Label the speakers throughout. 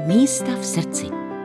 Speaker 1: Místa v srdci.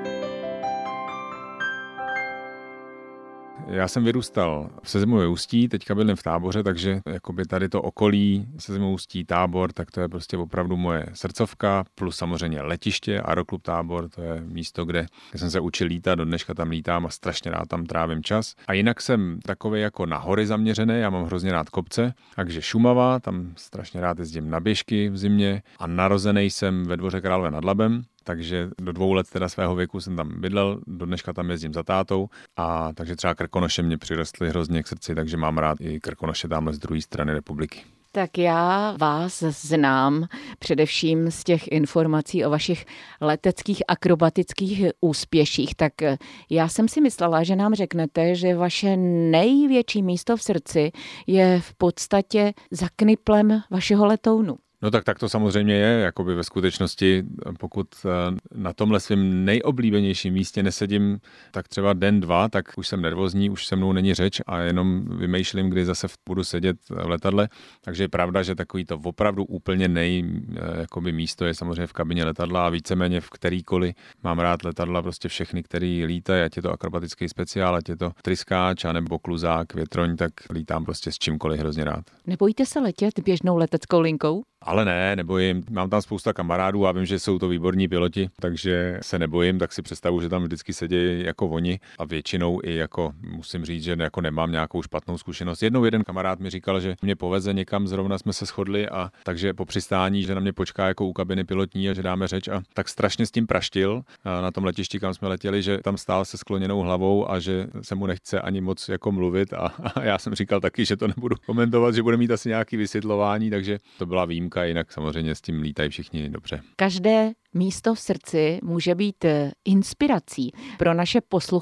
Speaker 2: Já jsem vyrůstal v Sezemové Ústí, teďka bydlím v Táboře, takže jakoby tady to okolí Sezemové Ústí, Tábor, tak to je prostě opravdu moje srdcovka, plus samozřejmě letiště, Aeroklub Tábor, to je místo, kde jsem se učil lítat, do dneška tam lítám a strašně rád tam trávím čas. A jinak jsem takový jako na hory zaměřený, já mám hrozně rád kopce, takže Šumava, tam strašně rád jezdím na běžky v zimě a narozený jsem ve Dvoře Králové nad Labem. Takže do 2 let teda svého věku jsem tam bydlel, do dneška tam jezdím za tátou a takže třeba Krkonoše mě přirostly hrozně k srdci, takže mám rád i Krkonoše tamhle z druhé strany republiky.
Speaker 1: Tak já vás znám především z těch informací o vašich leteckých akrobatických úspěších, tak já jsem si myslela, že nám řeknete, že vaše největší místo v srdci je v podstatě za kniplem vašeho letounu.
Speaker 2: No tak to samozřejmě je, jakoby ve skutečnosti, pokud na tomhle svým nejoblíbenějším místě nesedím tak třeba den, 2, tak už jsem nervózní, už se mnou není řeč a jenom vymýšlím, kdy zase budu sedět v letadle. Takže je pravda, že takový to opravdu úplně jakoby místo je samozřejmě v kabině letadla a víceméně v kterýkoliv mám rád letadla, prostě všechny, který lítají, ať je to akrobatický speciál, ať je to tryskáč, nebo kluzák, větroň, tak lítám prostě s čímkoliv hrozně rád.
Speaker 1: Nebojíte se letět běžnou leteckou linkou?
Speaker 2: Ale ne, nebojím. Mám tam spousta kamarádů a vím, že jsou to výborní piloti, takže se nebojím, tak si představuji, že tam vždycky sedí jako oni a většinou i jako musím říct, že jako nemám nějakou špatnou zkušenost. Jednou jeden kamarád mi říkal, že mě poveze někam, zrovna jsme se shodli a takže po přistání, že na mě počká jako u kabiny pilotní a že dáme řeč a tak strašně s tím praštil na tom letišti, kam jsme letěli, že tam stál se skloněnou hlavou a že se mu nechce ani moc jako mluvit a já jsem říkal taky, že to nebudu komentovat, že bude mít asi nějaký vysvětlování, takže to byla výjimka. Jinak samozřejmě s tím lítají všichni dobře.
Speaker 1: Každé místo v srdci může být inspirací pro naše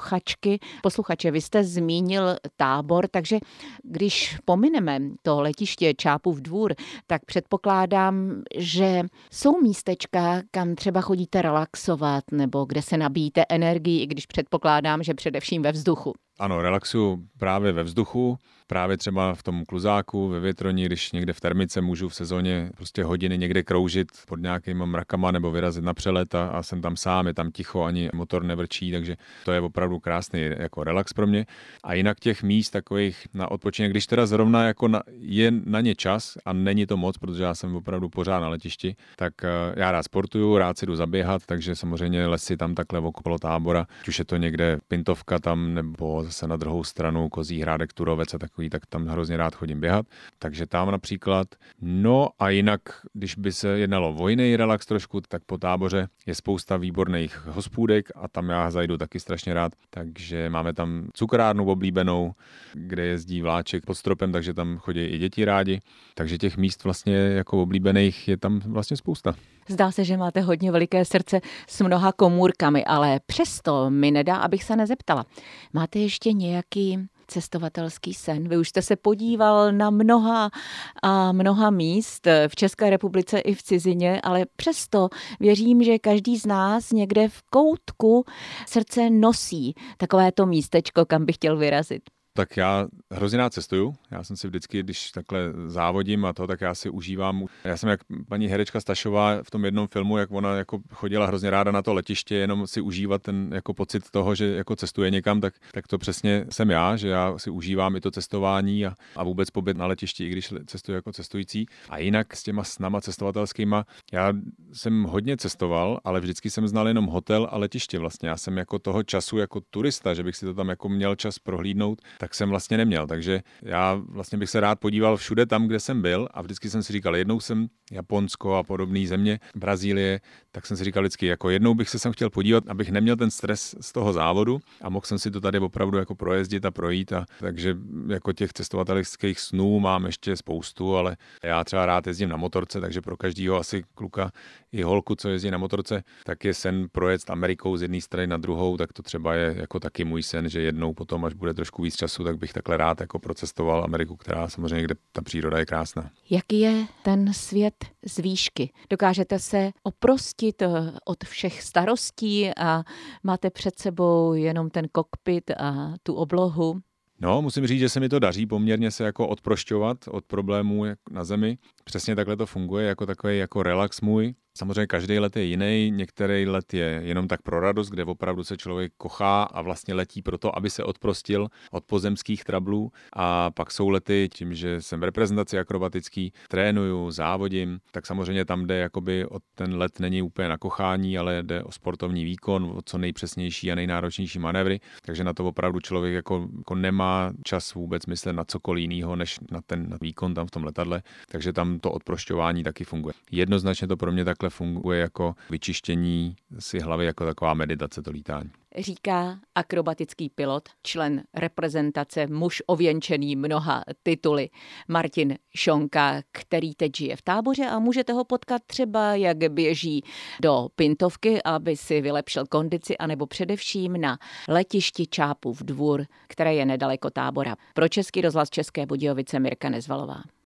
Speaker 1: posluchače. Vy jste zmínil Tábor, takže když pomineme to letiště Čápův Dvůr, tak předpokládám, že jsou místečka, kam třeba chodíte relaxovat nebo kde se nabíjíte energii, i když předpokládám, že především ve vzduchu.
Speaker 2: Ano, relaxuju právě ve vzduchu, právě třeba v tom kluzáku, ve větroni, když někde v termice můžu v sezóně prostě hodiny někde kroužit pod nějakýma mrakama nebo vyrazit na přelet a jsem tam sám, je tam ticho, ani motor nevrčí, takže to je opravdu krásný jako relax pro mě. A jinak těch míst takových na odpočinek, když teda zrovna jako je na ně čas a není to moc, protože já jsem opravdu pořád na letišti, tak já rád sportuju, rád si jdu zaběhat, takže samozřejmě lesy tam takhle okolo Tábora, už je to někde Pintovka tam nebo zase na druhou stranu Kozí Hrádek, Turovec a takový, tak tam hrozně rád chodím běhat. Takže tam například. No a jinak, když by se jednalo o jiný relax trošku, tak po Táboře je spousta výborných hospůdek a tam já zajdu taky strašně rád. Takže máme tam cukrárnu oblíbenou, kde jezdí vláček pod stropem, takže tam chodí i děti rádi. Takže těch míst vlastně jako oblíbených je tam vlastně spousta.
Speaker 1: Zdá se, že máte hodně veliké srdce s mnoha komůrkami, ale přesto mi nedá, abych se nezeptala. Máte ještě nějaký cestovatelský sen? Vy už jste se podíval na mnoha míst v České republice i v cizině, ale přesto věřím, že každý z nás někde v koutku srdce nosí takovéto místečko, kam by chtěl vyrazit.
Speaker 2: Tak já hrozně rád cestuju. Já jsem si vždycky, když takhle závodím a to, tak já si užívám. Já jsem jak paní herečka Stašová v tom jednom filmu, jak ona jako chodila hrozně ráda na to letiště, jenom si užívat ten jako pocit toho, že jako cestuje někam, tak to přesně jsem já, že já si užívám i to cestování a vůbec pobyt na letišti, i když cestuji jako cestující. A jinak s těma snama cestovatelskýma, já jsem hodně cestoval, ale vždycky jsem znal jenom hotel a letiště vlastně. Já jsem jako toho času jako turista, že bych si to tam jako měl čas prohlídnout, tak jsem vlastně neměl. Takže já vlastně bych se rád podíval všude tam, kde jsem byl a vždycky jsem si říkal, jednou jsem Japonsko a podobné země, Brazílie, tak jsem si říkal vždycky, jako jednou bych se sem chtěl podívat, abych neměl ten stres z toho závodu a mohl jsem si to tady opravdu jako projezdit a projít. Takže jako těch cestovatelských snů mám ještě spoustu, ale já třeba rád jezdím na motorce, takže pro každýho asi kluka i holku, co jezdí na motorce, tak je sen projet Amerikou z jedné strany na druhou, tak to třeba je jako taky můj sen, že jednou potom, až bude trošku víc času, tak bych takhle rád jako procestoval Ameriku, která samozřejmě, kde ta příroda je krásná.
Speaker 1: Jaký je ten svět z výšky? Dokážete se oprostit od všech starostí a máte před sebou jenom ten kokpit a tu oblohu?
Speaker 2: No, musím říct, že se mi to daří poměrně se jako odprošťovat od problémů na zemi. Přesně takhle to funguje, jako takový jako relax můj. Samozřejmě každý let je jiný, některý let je jenom tak pro radost, kde opravdu se člověk kochá a vlastně letí proto, aby se odprostil od pozemských trablů. A pak jsou lety tím, že jsem v reprezentaci akrobatický, trénuju, závodím, tak samozřejmě tam jde jakoby o ten let není úplně na kochání, ale jde o sportovní výkon, o co nejpřesnější a nejnáročnější manévry, takže na to opravdu člověk jako nemá čas vůbec myslet na cokoliv jiného, než na ten výkon tam v tom letadle, takže tam to odprošťování taky funguje. Jednoznačně to pro mě takhle funguje jako vyčištění si hlavy, jako taková meditace to lítání.
Speaker 1: Říká akrobatický pilot, člen reprezentace, muž ověnčený mnoha tituly, Martin Šonka, který teď žije v Táboře a můžete ho potkat třeba, jak běží do Pintovky, aby si vylepšil kondici, anebo především na letišti Čápův Dvůr, které je nedaleko Tábora. Pro Český rozhlas České Budějovice Mirka Nezvalová.